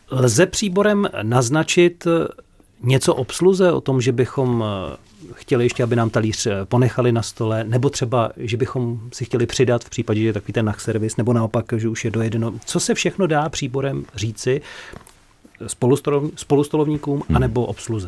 Lze příborem naznačit něco obsluze o tom, že bychom chtěli ještě, aby nám talíř ponechali na stole, nebo třeba, že bychom si chtěli přidat v případě, že je takový ten nachservis, nebo naopak, že už je dojedeno. Co se všechno dá příborem říci spolustolovníkům anebo obsluze?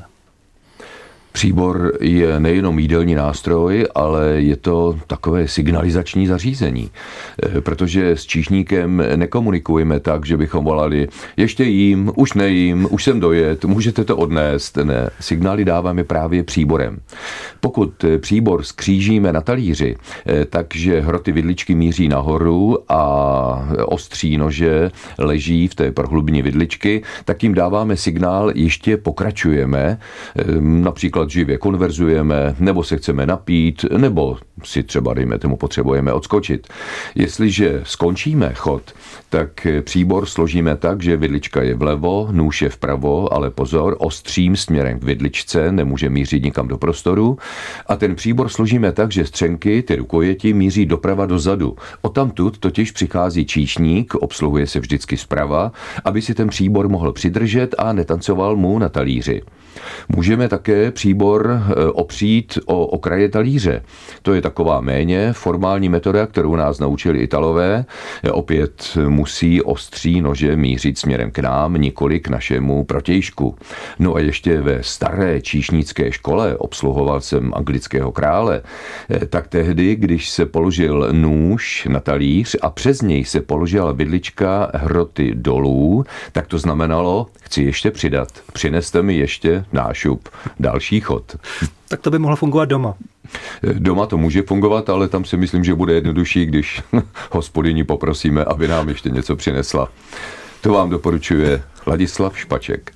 Příbor je nejenom jídelní nástroj, ale je to takové signalizační zařízení, protože s číšníkem nekomunikujeme tak, že bychom volali ještě jím, už nejím, už jsem dojet, můžete to odnést. Ne, signály dáváme právě příborem. Pokud příbor skřížíme na talíři, takže hroty vidličky míří nahoru a ostří nože leží v té prohlubini vidličky, tak jim dáváme signál, ještě pokračujeme, například živě konverzujeme, nebo se chceme napít, nebo si třeba, dejme tomu, potřebujeme odskočit. Jestliže skončíme chod, tak příbor složíme tak, že vidlička je vlevo, nůž je vpravo, ale pozor, ostřím směrem k vidličce, nemůže mířit nikam do prostoru. A ten příbor složíme tak, že střenky, ty rukojeti, míří doprava dozadu. Odtamtud totiž přichází číšník, obsluhuje se vždycky zprava, aby si ten příbor mohl přidržet a netancoval mu na talíři. Můžeme také příbor opřít o okraje talíře. To je taková méně formální metoda, kterou nás naučili Italové. Opět musí ostří nože mířit směrem k nám, nikoli k našemu protějšku. No a ještě ve staré číšnické škole, obsluhoval jsem anglického krále, tak tehdy, když se položil nůž na talíř a přes něj se položila vidlička hroty dolů, tak to znamenalo, chci ještě přidat, přineste mi ještě nášup, další chod. Tak to by mohlo fungovat doma. Doma to může fungovat, ale tam si myslím, že bude jednodušší, když hospodyni poprosíme, aby nám ještě něco přinesla. To vám doporučuje Ladislav Špaček.